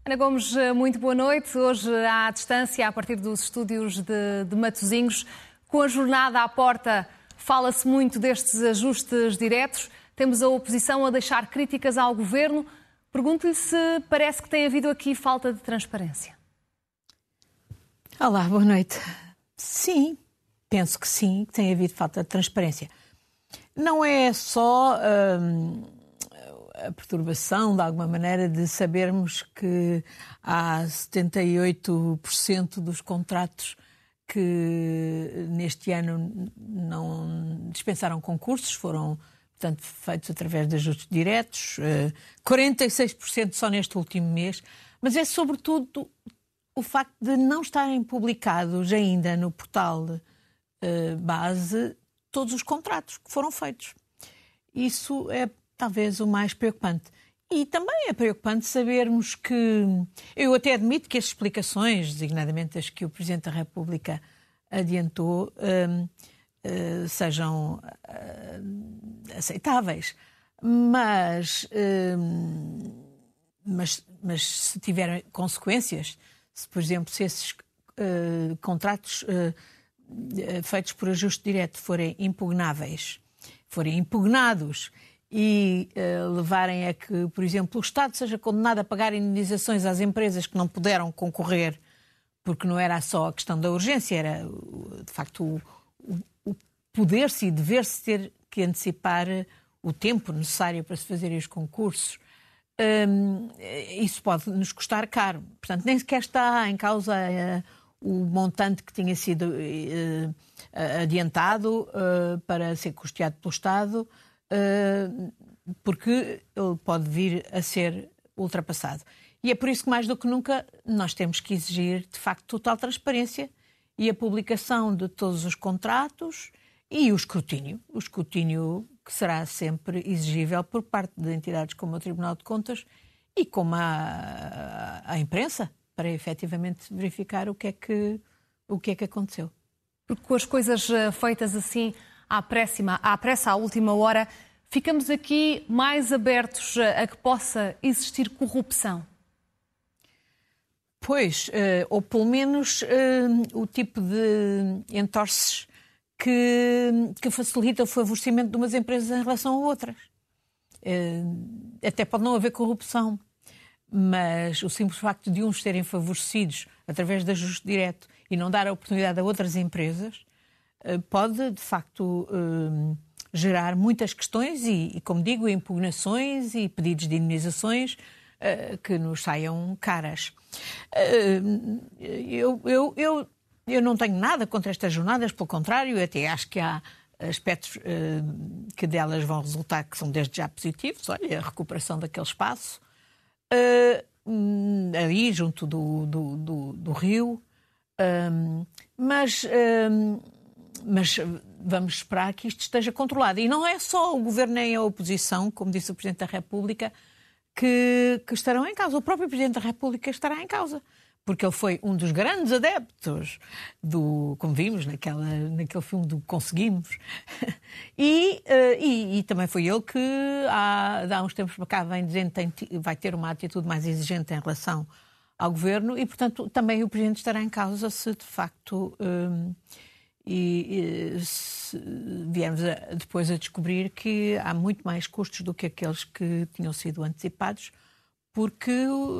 Ana Gomes, muito boa noite. Hoje, à distância, a partir dos estúdios de Matosinhos, com a jornada à porta, fala-se muito destes ajustes diretos. Temos a oposição a deixar críticas ao governo. Pergunto-lhe se parece que tem havido aqui falta de transparência. Olá, boa noite. Sim, penso que sim, que tem havido falta de transparência. Não é só a perturbação, de alguma maneira, de sabermos que há 78% dos contratos que neste ano não dispensaram concursos, foram, portanto, feitos através de ajustes diretos, 46% só neste último mês, mas é sobretudo o facto de não estarem publicados ainda no portal base todos os contratos que foram feitos. Isso é talvez o mais preocupante. E também é preocupante sabermos que... Eu até admito que as explicações, designadamente as que o Presidente da República adiantou, sejam aceitáveis. Mas se tiverem consequências, se, por exemplo, se esses contratos feitos por ajuste direto forem impugnáveis, forem impugnados e levarem a que, por exemplo, o Estado seja condenado a pagar indenizações às empresas que não puderam concorrer, porque não era só a questão da urgência, era, de facto, o poder-se e dever-se ter que antecipar o tempo necessário para se fazerem os concursos. Isso pode nos custar caro. Portanto, nem sequer está em causa o montante que tinha sido adiantado para ser custeado pelo Estado, porque ele pode vir a ser ultrapassado. E é por isso que, mais do que nunca, nós temos que exigir, de facto, total transparência e a publicação de todos os contratos e o escrutínio que será sempre exigível por parte de entidades como o Tribunal de Contas e como a imprensa, para efetivamente verificar o que é que aconteceu. Porque com as coisas feitas assim à pressa, à última hora, ficamos aqui mais abertos a que possa existir corrupção? Pois, ou pelo menos o tipo de entorces que facilita o favorecimento de umas empresas em relação a outras. Até pode não haver corrupção, mas o simples facto de uns serem favorecidos através de ajuste direto e não dar a oportunidade a outras empresas pode, de facto, gerar muitas questões e, como digo, impugnações e pedidos de indemnizações que nos saiam caras. Eu não tenho nada contra estas jornadas, pelo contrário, até acho que há aspectos que delas vão resultar que são desde já positivos. Olha, a recuperação daquele espaço ali junto do rio, mas vamos esperar que isto esteja controlado. E não é só o Governo nem a oposição, como disse o Presidente da República, que estarão em causa. O próprio Presidente da República estará em causa, porque ele foi um dos grandes adeptos como vimos naquele filme do Conseguimos, e também foi ele que há uns tempos para cá vem dizendo que vai ter uma atitude mais exigente em relação ao Governo e, portanto, também o Presidente estará em causa se, de facto, se viermos depois a descobrir que há muito mais custos do que aqueles que tinham sido antecipados, porque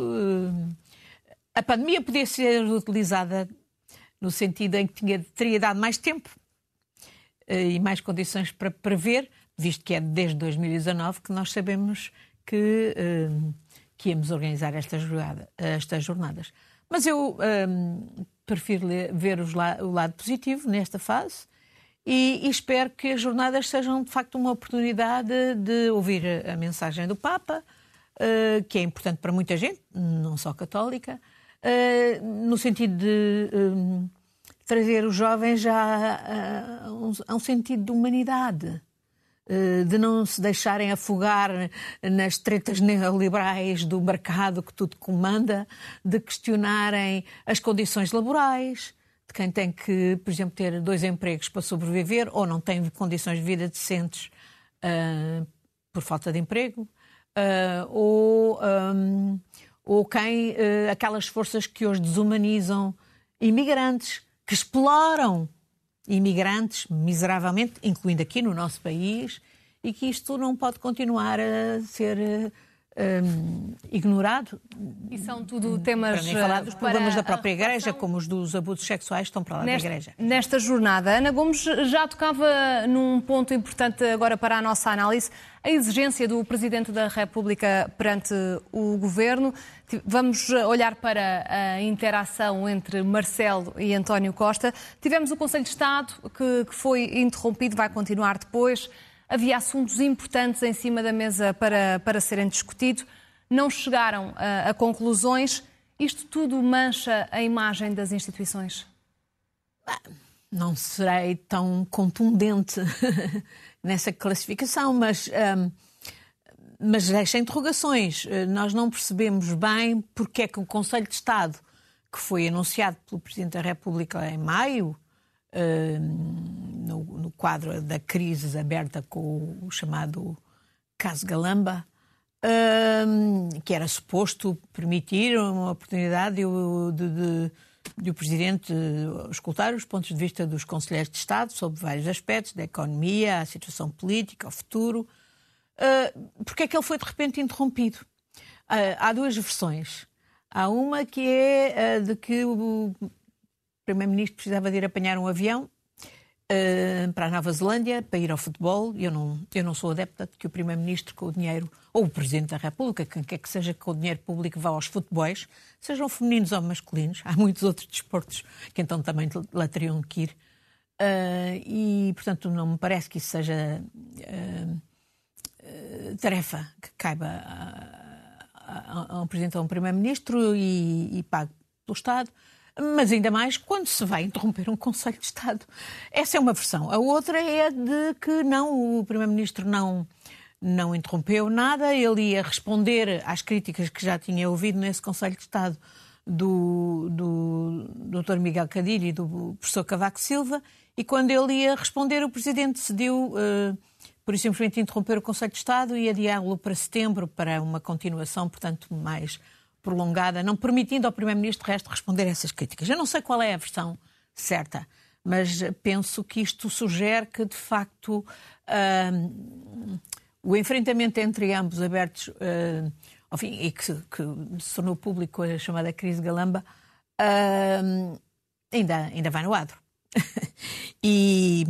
a pandemia podia ser utilizada no sentido em que teria dado mais tempo e mais condições para prever, visto que é desde 2019 que nós sabemos que íamos organizar estas jornadas. Mas eu prefiro ver o lado positivo nesta fase e espero que as jornadas sejam, de facto, uma oportunidade de ouvir a mensagem do Papa, que é importante para muita gente, não só católica, no sentido de trazer os jovens já a um sentido de humanidade, de não se deixarem afogar nas tretas neoliberais do mercado que tudo comanda, de questionarem as condições laborais, de quem tem que, por exemplo, ter 2 empregos para sobreviver ou não tem condições de vida decentes por falta de emprego, ou ou aquelas forças que hoje desumanizam imigrantes, que exploram imigrantes miseravelmente, incluindo aqui no nosso país, e que isto não pode continuar a ser ignorado. E são tudo temas... Para nem falar dos problemas da própria Igreja, como os dos abusos sexuais, estão para lá da Igreja. Nesta jornada, Ana Gomes já tocava num ponto importante agora para a nossa análise, a exigência do Presidente da República perante o Governo. Vamos olhar para a interação entre Marcelo e António Costa. Tivemos o Conselho de Estado, que foi interrompido, vai continuar depois. Havia assuntos importantes em cima da mesa para serem discutidos. Não chegaram a conclusões. Isto tudo mancha a imagem das instituições? Não serei tão contundente nessa classificação, mas deixa interrogações. Nós não percebemos bem porque é que o Conselho de Estado, que foi anunciado pelo Presidente da República em maio, no quadro da crise aberta com o chamado caso Galamba, que era suposto permitir uma oportunidade de o Presidente escutar os pontos de vista dos conselheiros de Estado sobre vários aspectos, da economia, a situação política, o futuro. Porque é que ele foi de repente interrompido? Há duas versões. Há uma que é de que o Primeiro-Ministro precisava de ir apanhar um avião para a Nova Zelândia, para ir ao futebol. Eu não sou adepta de que o Primeiro-Ministro com o dinheiro, ou o Presidente da República, quem quer que seja com o dinheiro público, vá aos futebols, sejam femininos ou masculinos. Há muitos outros desportos que então também lá teriam que ir. E, portanto, não me parece que isso seja tarefa que caiba a um Presidente ou a um Primeiro-Ministro e pago pelo Estado. Mas ainda mais quando se vai interromper um Conselho de Estado. Essa é uma versão. A outra é de que não, o Primeiro-Ministro não interrompeu nada, ele ia responder às críticas que já tinha ouvido nesse Conselho de Estado do Dr. Miguel Cadilho e do professor Cavaco Silva, e quando ele ia responder, o Presidente decidiu, por isso simplesmente, interromper o Conselho de Estado e adiá-lo para setembro, para uma continuação, portanto, mais prolongada, não permitindo ao Primeiro-Ministro de resto responder a essas críticas. Eu não sei qual é a versão certa, mas penso que isto sugere que, de facto, o enfrentamento entre ambos abertos, enfim, e que se tornou público a chamada crise Galamba, ainda vai no adro. E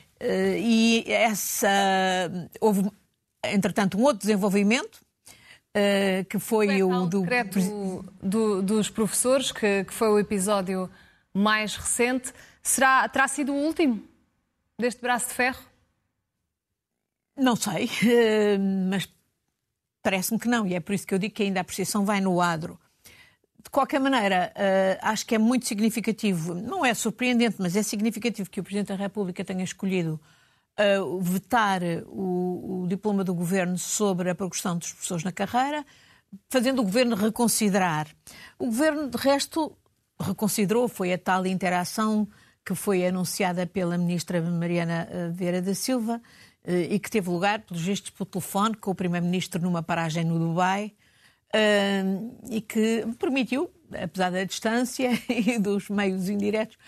houve, entretanto, um outro desenvolvimento, que foi o do decreto dos professores, que foi o episódio mais recente. Terá sido o último deste braço de ferro? Não sei, mas parece-me que não, e é por isso que eu digo que ainda a apreciação vai no adro. De qualquer maneira, acho que é muito significativo, não é surpreendente, mas é significativo que o Presidente da República tenha escolhido vetar o diploma do Governo sobre a progressão dos professores na carreira, fazendo o Governo reconsiderar. O Governo, de resto, reconsiderou, foi a tal interação que foi anunciada pela Ministra Mariana Vieira da Silva e que teve lugar, pelos vistos, por telefone, com o Primeiro-Ministro numa paragem no Dubai, e que permitiu, apesar da distância e dos meios indiretos,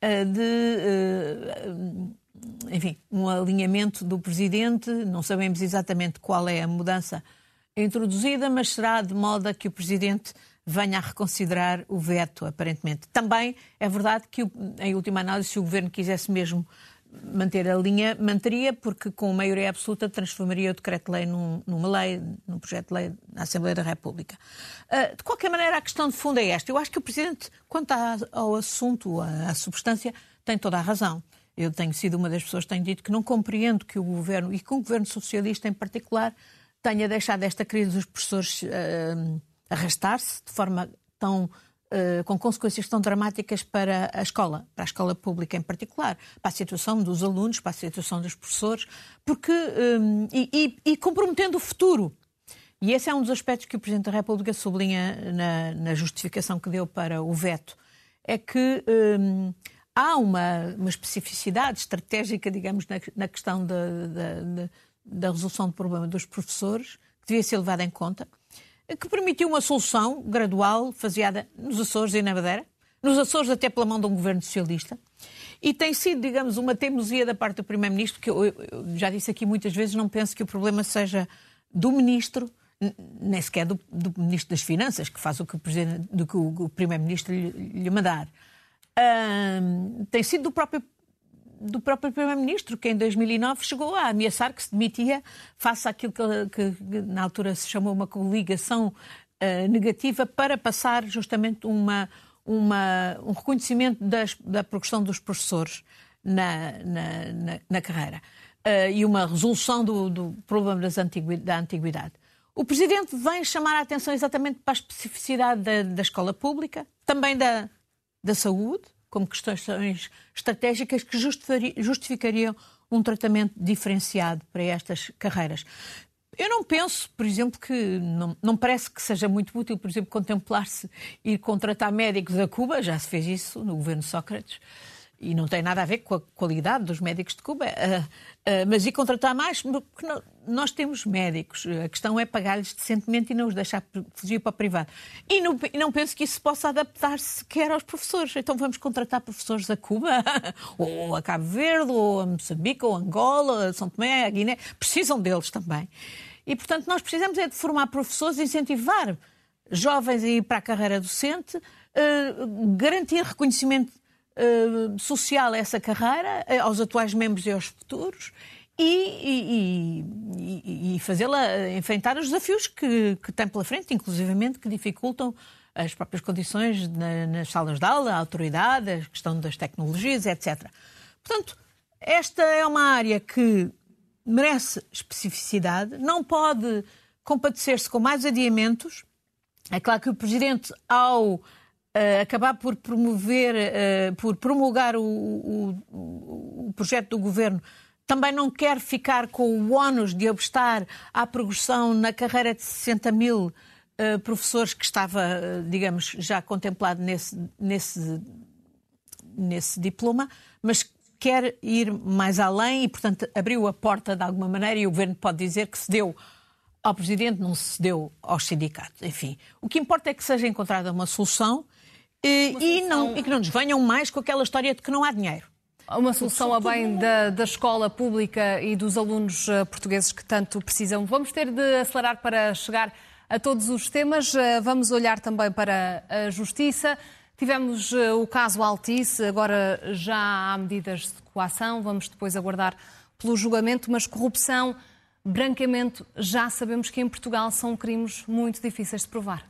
enfim, um alinhamento do Presidente. Não sabemos exatamente qual é a mudança introduzida, mas será de modo a que o Presidente venha a reconsiderar o veto, aparentemente. Também é verdade que, em última análise, se o Governo quisesse mesmo manter a linha, manteria, porque com maioria absoluta transformaria o decreto-lei numa lei, num projeto de lei na Assembleia da República. De qualquer maneira, a questão de fundo é esta. Eu acho que o Presidente, quanto ao assunto, à substância, tem toda a razão. Eu tenho sido uma das pessoas que tenho dito que não compreendo que o Governo, e que o Governo Socialista em particular, tenha deixado esta crise dos professores arrastar-se de forma tão, com consequências tão dramáticas para a escola pública em particular, para a situação dos alunos, para a situação dos professores, porque, e comprometendo o futuro. E esse é um dos aspectos que o Presidente da República sublinha na justificação que deu para o veto. É que há uma especificidade estratégica, digamos, na questão da resolução do problema dos professores, que devia ser levada em conta. que permitiu uma solução gradual, faseada nos Açores e na Madeira, nos Açores até pela mão de um governo socialista, e tem sido, digamos, uma teimosia da parte do Primeiro-Ministro, que eu já disse aqui muitas vezes, não penso que o problema seja do Ministro, nem sequer do Ministro das Finanças, que faz o que o Primeiro-Ministro lhe mandar. Tem sido do próprio Primeiro-Ministro, que em 2009 chegou a ameaçar que se demitia face àquilo que na altura se chamou uma coligação negativa para passar justamente um reconhecimento da progressão dos professores na carreira e uma resolução do problema da antiguidade. O Presidente vem chamar a atenção exatamente para a especificidade da escola pública, também da saúde, como questões estratégicas que justificariam um tratamento diferenciado para estas carreiras. Eu não penso, por exemplo, que não parece que seja muito útil, por exemplo, contemplar-se ir contratar médicos a Cuba, já se fez isso no governo Sócrates, e não tem nada a ver com a qualidade dos médicos de Cuba, mas ir contratar mais, porque nós temos médicos, a questão é pagar-lhes decentemente e não os deixar fugir para o privado. E não penso que isso possa adaptar-se sequer aos professores. Então vamos contratar professores a Cuba, ou a Cabo Verde, ou a Moçambique, ou a Angola, a São Tomé, a Guiné, precisam deles também. E, portanto, nós precisamos é de formar professores, incentivar jovens a ir para a carreira docente, garantir reconhecimento social a essa carreira, aos atuais membros e aos futuros, e fazê-la enfrentar os desafios que tem pela frente, inclusivamente que dificultam as próprias condições nas salas de aula, a autoridade, a questão das tecnologias, etc. Portanto, esta é uma área que merece especificidade, não pode compadecer-se com mais adiamentos. É claro que o Presidente, ao acabar por promulgar o projeto do Governo, também não quer ficar com o ónus de obstar à progressão na carreira de 60 mil professores que estava, digamos, já contemplado nesse diploma, mas quer ir mais além e, portanto, abriu a porta de alguma maneira, e o Governo pode dizer que cedeu ao Presidente, não se cedeu aos sindicatos. Enfim, o que importa é que seja encontrada uma solução, e que não nos venham mais com aquela história de que não há dinheiro. Uma solução a bem da escola pública e dos alunos portugueses que tanto precisam. Vamos ter de acelerar para chegar a todos os temas. Vamos olhar também para a Justiça. Tivemos o caso Altice, agora já há medidas de coação. Vamos depois aguardar pelo julgamento, mas corrupção, branqueamento, já sabemos que em Portugal são crimes muito difíceis de provar.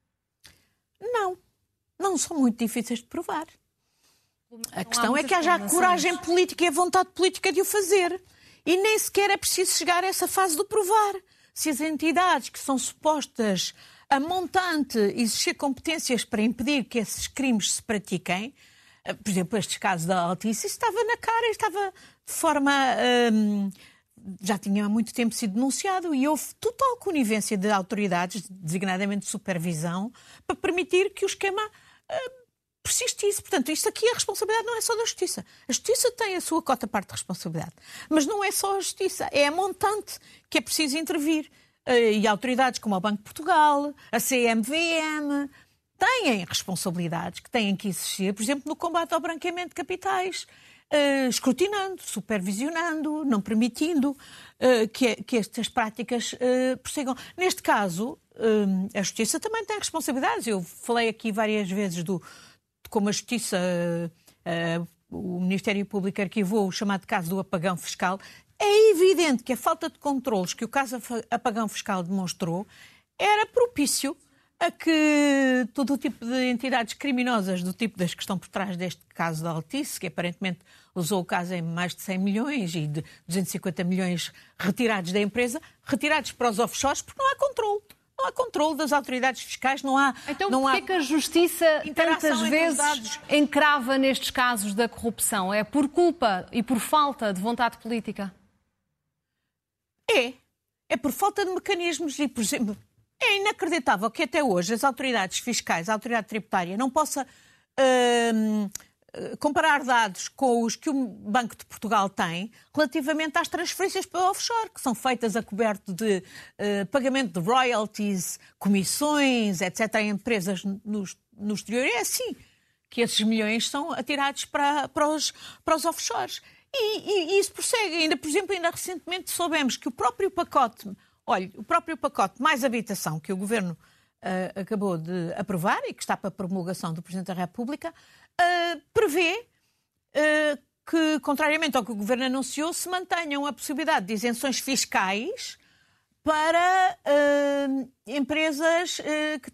Não são muito difíceis de provar. A questão é que haja a coragem política e a vontade política de o fazer. E nem sequer é preciso chegar a essa fase do provar. Se as entidades que são supostas a montante exigir competências para impedir que esses crimes se pratiquem, por exemplo, estes casos da Altice, isso estava na cara, estava de forma... já tinha há muito tempo sido denunciado, e houve total conivência de autoridades, designadamente de supervisão, para permitir que o esquema persistisse. Portanto, isto aqui, a responsabilidade não é só da Justiça. A Justiça tem a sua cota parte de responsabilidade. Mas não é só a Justiça, é a montante que é preciso intervir. E autoridades como o Banco de Portugal, a CMVM, têm responsabilidades que têm que existir, por exemplo, no combate ao branqueamento de capitais, escrutinando, supervisionando, não permitindo que estas práticas prossigam. Neste caso, a Justiça também tem responsabilidades. Eu falei aqui várias vezes de como a Justiça, o Ministério Público arquivou o chamado caso do apagão fiscal. É evidente que a falta de controles que o caso apagão fiscal demonstrou era propício a que todo o tipo de entidades criminosas do tipo das que estão por trás deste caso da Altice, que aparentemente usou o caso em mais de 100 milhões e de 250 milhões retirados da empresa, retirados para os offshores, porque não há controle. Não há controle das autoridades fiscais, não há... Então porquê é que a Justiça tantas vezes encrava nestes casos da corrupção? É por culpa e por falta de vontade política? É por falta de mecanismos e, por exemplo, é inacreditável que até hoje as autoridades fiscais, a autoridade tributária, não possa comparar dados com os que o Banco de Portugal tem relativamente às transferências para o offshore, que são feitas a coberto de pagamento de royalties, comissões, etc., em empresas no exterior. É assim que esses milhões são atirados para os offshores. E isso prossegue. Ainda, por exemplo, ainda recentemente soubemos que o próprio pacote mais habitação que o Governo acabou de aprovar e que está para promulgação do Presidente da República, prevê que, contrariamente ao que o Governo anunciou, se mantenham a possibilidade de isenções fiscais para empresas que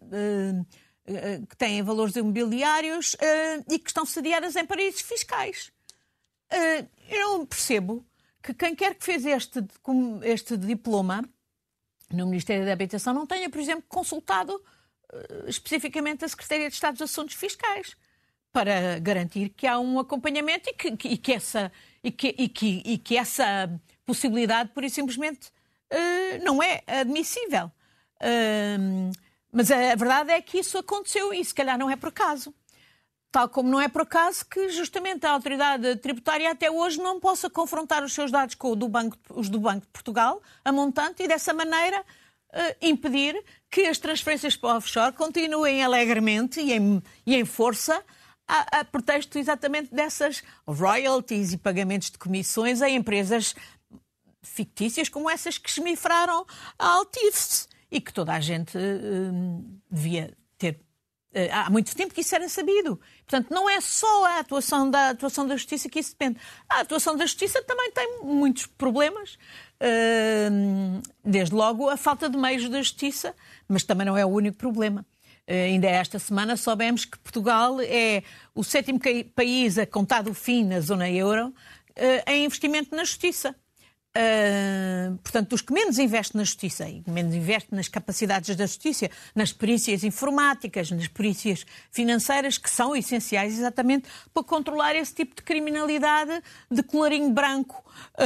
têm valores imobiliários e que estão sediadas em paraísos fiscais. Eu não percebo que quem quer que fez este diploma no Ministério da Habitação não tenha, por exemplo, consultado especificamente a Secretaria de Estado dos Assuntos Fiscais para garantir que há um acompanhamento e que essa possibilidade, pura e simplesmente, não é admissível. Mas a verdade é que isso aconteceu e se calhar não é por acaso. Tal como não é por acaso que justamente a autoridade tributária até hoje não possa confrontar os seus dados com os do Banco de Portugal, a montante, e dessa maneira impedir que as transferências para o offshore continuem alegremente e em força a pretexto exatamente dessas royalties e pagamentos de comissões a empresas fictícias como essas que esmifraram a Altice e que toda a gente devia ter. Há muito tempo que isso era sabido. Portanto, não é só a atuação da Justiça que isso depende. A atuação da Justiça também tem muitos problemas. Desde logo a falta de meios da Justiça, mas também não é o único problema. Ainda esta semana soubemos que Portugal é o 7º país a contar do fim na zona euro em investimento na Justiça. Portanto, os que menos investem na Justiça e menos investem nas capacidades da Justiça, nas perícias informáticas, nas perícias financeiras, que são essenciais exatamente para controlar esse tipo de criminalidade de colarinho branco.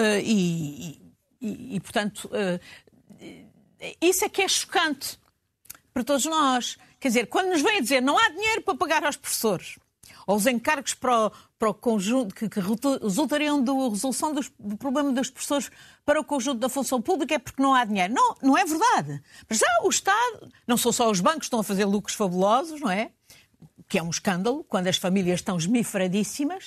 Portanto, isso é que é chocante para todos nós. Quer dizer, quando nos vêm a dizer não há dinheiro para pagar aos professores, ou os encargos para o conjunto que resultariam da resolução do problema dos professores para o conjunto da função pública, é porque não há dinheiro. Não é verdade. Mas já o Estado, não são só os bancos que estão a fazer lucros fabulosos, não é? Que é um escândalo, quando as famílias estão esmifradíssimas,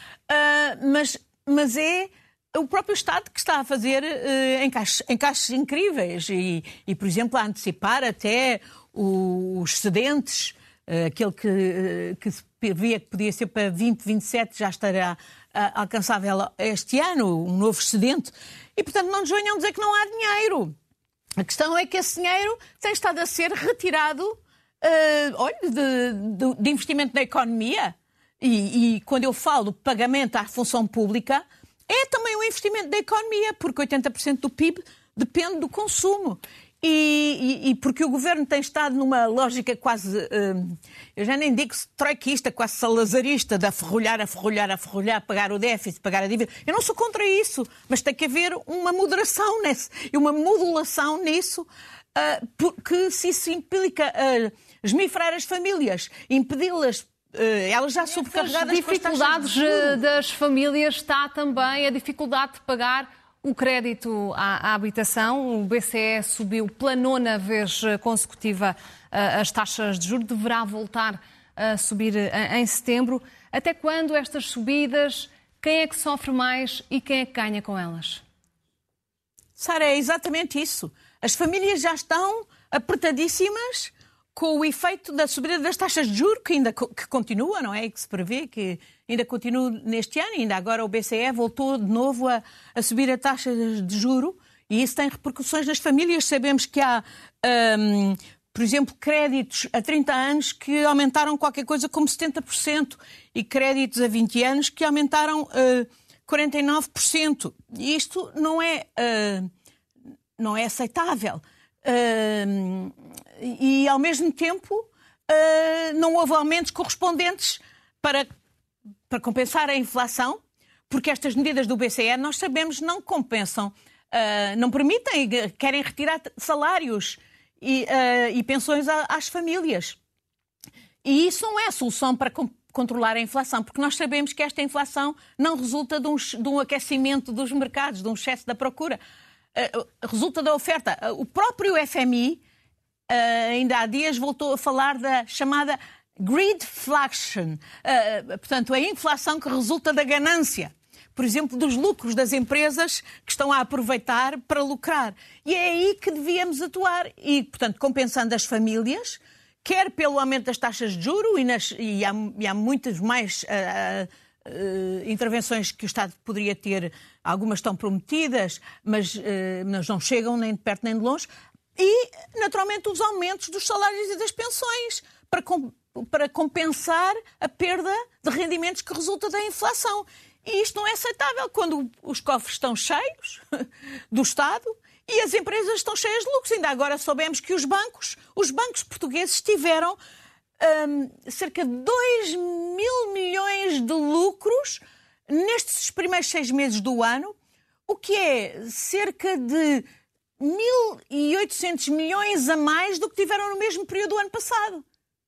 mas é o próprio Estado que está a fazer encaixes incríveis e, por exemplo, a antecipar até os excedentes. Aquele que se previa que podia ser para 2027 já estará alcançável este ano, um novo excedente. E, portanto, não nos venham dizer que não há dinheiro. A questão é que esse dinheiro tem estado a ser retirado de investimento na economia. E quando eu falo de pagamento à função pública, é também um investimento da economia, porque 80% do PIB depende do consumo. E porque o Governo tem estado numa lógica quase, eu já nem digo troiquista, quase salazarista, de aferrolhar, pagar o déficit, pagar a dívida. Eu não sou contra isso, mas tem que haver uma moderação e uma modulação nisso, porque se isso implica esmifrar as famílias, impedi-las, elas já sobrecarregadas. As dificuldades das famílias está também a dificuldade de pagar o crédito à habitação. O BCE subiu pela 9ª vez consecutiva as taxas de juros, deverá voltar a subir em setembro. Até quando estas subidas? Quem é que sofre mais e quem é que ganha com elas? Sara, é exatamente isso. As famílias já estão apertadíssimas com o efeito da subida das taxas de juros, que continua, não é? E que se prevê que ainda continua neste ano. Ainda agora o BCE voltou de novo a subir a taxa de juro e isso tem repercussões nas famílias. Sabemos que há, por exemplo, créditos a 30 anos que aumentaram qualquer coisa como 70% e créditos a 20 anos que aumentaram 49%. E isto não é aceitável. E, ao mesmo tempo, não houve aumentos correspondentes para compensar a inflação, porque estas medidas do BCE, nós sabemos, não compensam, não permitem, querem retirar salários e pensões às famílias. E isso não é a solução para controlar a inflação, porque nós sabemos que esta inflação não resulta de um aquecimento dos mercados, de um excesso da procura. Resulta da oferta. O próprio FMI, ainda há dias, voltou a falar da chamada greedflation, portanto, a inflação que resulta da ganância, por exemplo, dos lucros das empresas que estão a aproveitar para lucrar. E é aí que devíamos atuar. E, portanto, compensando as famílias, quer pelo aumento das taxas de juros, e há muitas mais intervenções que o Estado poderia ter. Algumas estão prometidas, mas não chegam nem de perto nem de longe. E, naturalmente, os aumentos dos salários e das pensões para compensar a perda de rendimentos que resulta da inflação. E isto não é aceitável quando os cofres estão cheios do Estado e as empresas estão cheias de lucros. Ainda agora soubemos que os bancos portugueses tiveram cerca de 2 mil milhões de lucros nestes primeiros 6 meses do ano, o que é cerca de 1.800 milhões a mais do que tiveram no mesmo período do ano passado.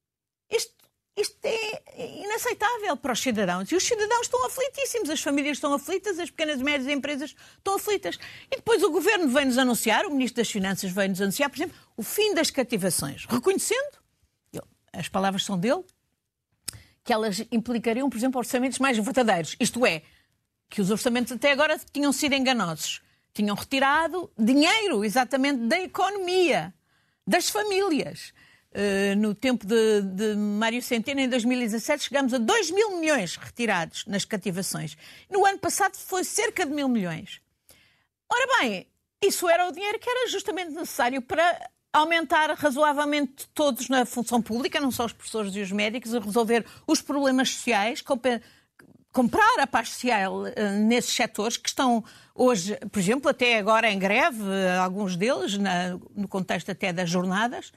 Isto é inaceitável para os cidadãos. E os cidadãos estão aflitíssimos, as famílias estão aflitas, as pequenas e médias empresas estão aflitas. E depois o Governo vem-nos anunciar, o Ministro das Finanças vem-nos anunciar, por exemplo, o fim das cativações, reconhecendo, as palavras são dele, que elas implicariam, por exemplo, orçamentos mais verdadeiros. Isto é, que os orçamentos até agora tinham sido enganosos. Tinham retirado dinheiro, exatamente, da economia, das famílias. No tempo de Mário Centeno, em 2017, chegamos a 2 mil milhões retirados nas cativações. No ano passado foi cerca de 1.000 milhões. Ora bem, isso era o dinheiro que era justamente necessário para aumentar razoavelmente todos na função pública, não só os professores e os médicos, a resolver os problemas sociais, comprar a paz social nesses setores que estão hoje, por exemplo, até agora em greve, alguns deles, no contexto até das jornadas.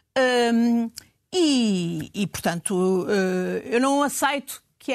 Portanto, eu não aceito que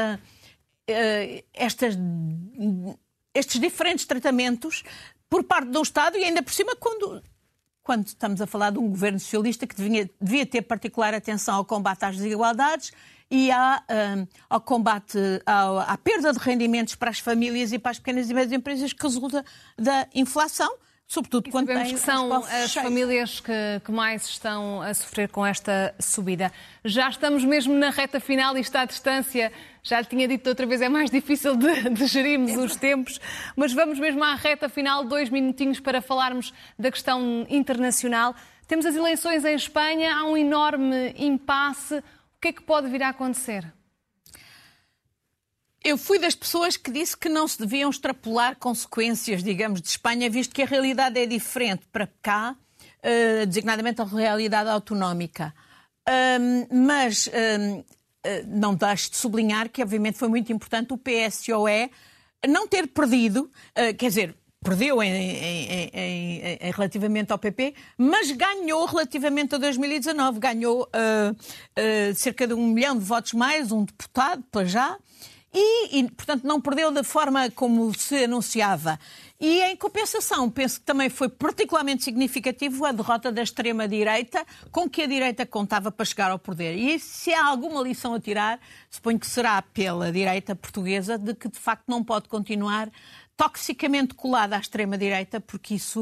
estes diferentes tratamentos por parte do Estado, e ainda por cima quando estamos a falar de um governo socialista que devia ter particular atenção ao combate às desigualdades e ao combate à perda de rendimentos para as famílias e para as pequenas e médias empresas que resulta da inflação. Sobretudo quando sabemos que são as famílias que mais estão a sofrer com esta subida. Já estamos mesmo na reta final e está à distância. Já lhe tinha dito outra vez, é mais difícil de gerirmos os tempos. Mas vamos mesmo à reta final, 2 minutinhos para falarmos da questão internacional. Temos as eleições em Espanha, há um enorme impasse. O que é que pode vir a acontecer? Eu fui das pessoas que disse que não se deviam extrapolar consequências, digamos, de Espanha, visto que a realidade é diferente para cá, designadamente a realidade autonómica. Mas não deixo de sublinhar que, obviamente, foi muito importante o PSOE não ter perdido, quer dizer, perdeu relativamente ao PP, mas ganhou relativamente a 2019. Ganhou cerca de 1 milhão de votos mais, um deputado, para já. E, portanto, não perdeu da forma como se anunciava. E, em compensação, penso que também foi particularmente significativo a derrota da extrema-direita, com que a direita contava para chegar ao poder. E se há alguma lição a tirar, suponho que será pela direita portuguesa, de que, de facto, não pode continuar toxicamente colada à extrema-direita, porque isso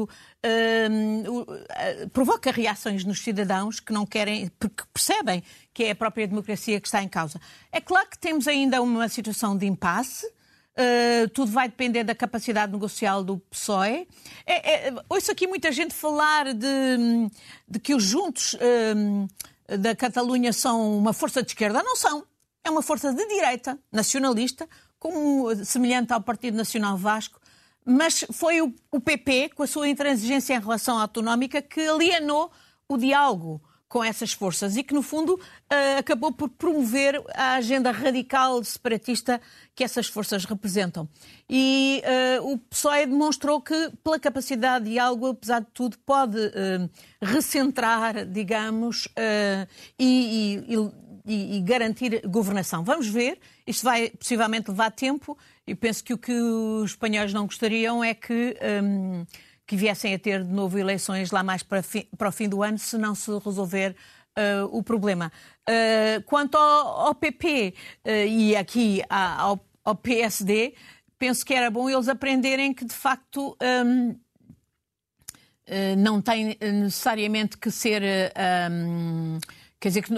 provoca reações nos cidadãos que não querem, porque percebem que é a própria democracia que está em causa. É claro que temos ainda uma situação de impasse, tudo vai depender da capacidade negocial do PSOE. Ouço aqui muita gente falar de que os Juntos da Catalunha são uma força de esquerda. Não são. É uma força de direita, nacionalista, semelhante ao Partido Nacional Vasco, mas foi o PP, com a sua intransigência em relação à autonómica, que alienou o diálogo com essas forças e que, no fundo, acabou por promover a agenda radical separatista que essas forças representam. E o PSOE demonstrou que, pela capacidade de diálogo, apesar de tudo, pode recentrar, digamos, e garantir governação. Vamos ver. Isto vai possivelmente levar tempo e penso que o que os espanhóis não gostariam é que viessem a ter de novo eleições lá mais para o fim do ano, se não se resolver o problema. Quanto ao PP e aqui ao PSD, penso que era bom eles aprenderem que, de facto, não tem necessariamente que ser... quer dizer, que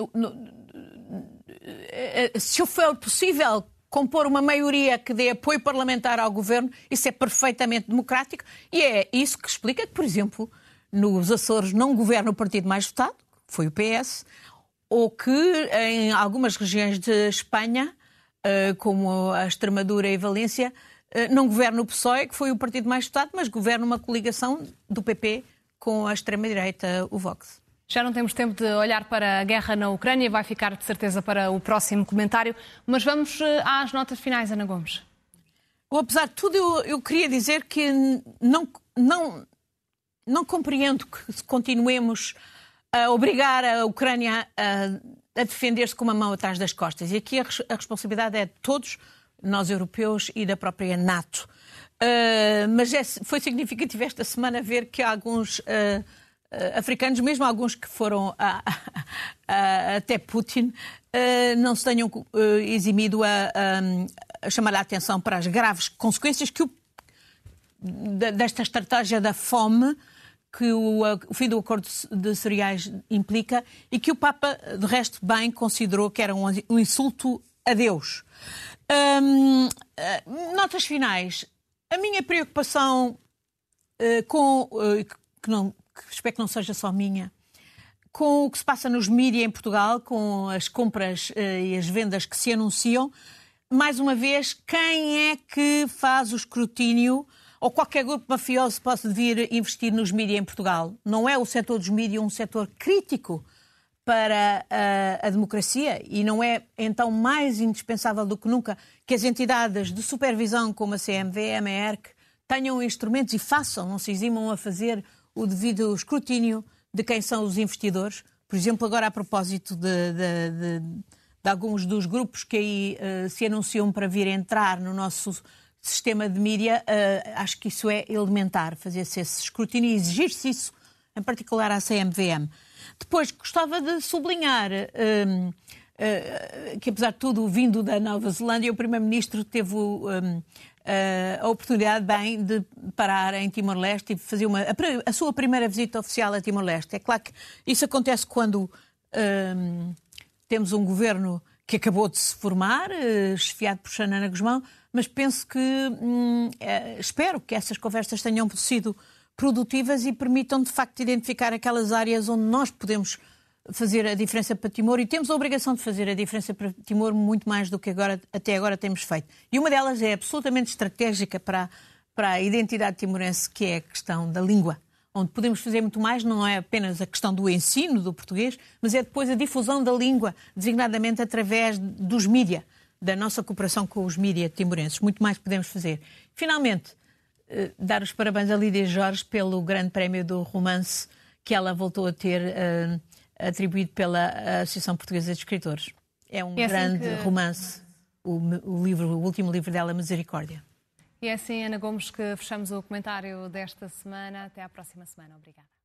se for possível compor uma maioria que dê apoio parlamentar ao governo, isso é perfeitamente democrático e é isso que explica que, por exemplo, nos Açores não governa o partido mais votado, que foi o PS, ou que em algumas regiões de Espanha, como a Extremadura e Valência, não governa o PSOE, que foi o partido mais votado, mas governa uma coligação do PP com a extrema-direita, o Vox. Já não temos tempo de olhar para a guerra na Ucrânia, vai ficar de certeza para o próximo comentário, mas vamos às notas finais, Ana Gomes. Apesar de tudo, eu queria dizer que não compreendo que continuemos a obrigar a Ucrânia a defender-se com uma mão atrás das costas. E aqui a responsabilidade é de todos, nós europeus e da própria NATO. Mas foi significativo esta semana ver que alguns africanos, mesmo alguns que foram até Putin, não se tenham eximido a chamar a atenção para as graves consequências desta estratégia da fome que o fim do acordo de cereais implica e que o Papa, de resto, bem considerou que era um insulto a Deus. Notas finais. A minha preocupação que espero que não seja só minha, com o que se passa nos mídias em Portugal, com as compras e as vendas que se anunciam, mais uma vez, quem é que faz o escrutínio, ou qualquer grupo mafioso possa vir investir nos mídias em Portugal? Não é o setor dos mídias um setor crítico para a democracia e não é, então, mais indispensável do que nunca que as entidades de supervisão como a CMVM, a ERC, tenham instrumentos e façam, não se eximam a fazer o devido escrutínio de quem são os investidores. Por exemplo, agora a propósito de alguns dos grupos que aí se anunciam para vir entrar no nosso sistema de mídia, acho que isso é elementar, fazer-se esse escrutínio e exigir-se isso, em particular à CMVM. Depois, gostava de sublinhar que, apesar de tudo, vindo da Nova Zelândia, o Primeiro-Ministro teve a oportunidade bem de parar em Timor-Leste e fazer a sua primeira visita oficial a Timor-Leste. É claro que isso acontece quando temos um governo que acabou de se formar, chefiado por Xanana Guzmão, mas penso que, espero que essas conversas tenham sido produtivas e permitam, de facto, identificar aquelas áreas onde nós podemos fazer a diferença para Timor e temos a obrigação de fazer a diferença para Timor muito mais do que até agora temos feito. E uma delas é absolutamente estratégica para a identidade timorense, que é a questão da língua, onde podemos fazer muito mais, não é apenas a questão do ensino do português, mas é depois a difusão da língua, designadamente através dos mídia, da nossa cooperação com os mídia timorenses. Muito mais podemos fazer. Finalmente, dar os parabéns a Lídia Jorge pelo grande prémio do romance que ela voltou a ter atribuído pela Associação Portuguesa de Escritores. É um grande romance, o último livro dela, Misericórdia. E é assim, Ana Gomes, que fechamos o comentário desta semana. Até à próxima semana. Obrigada.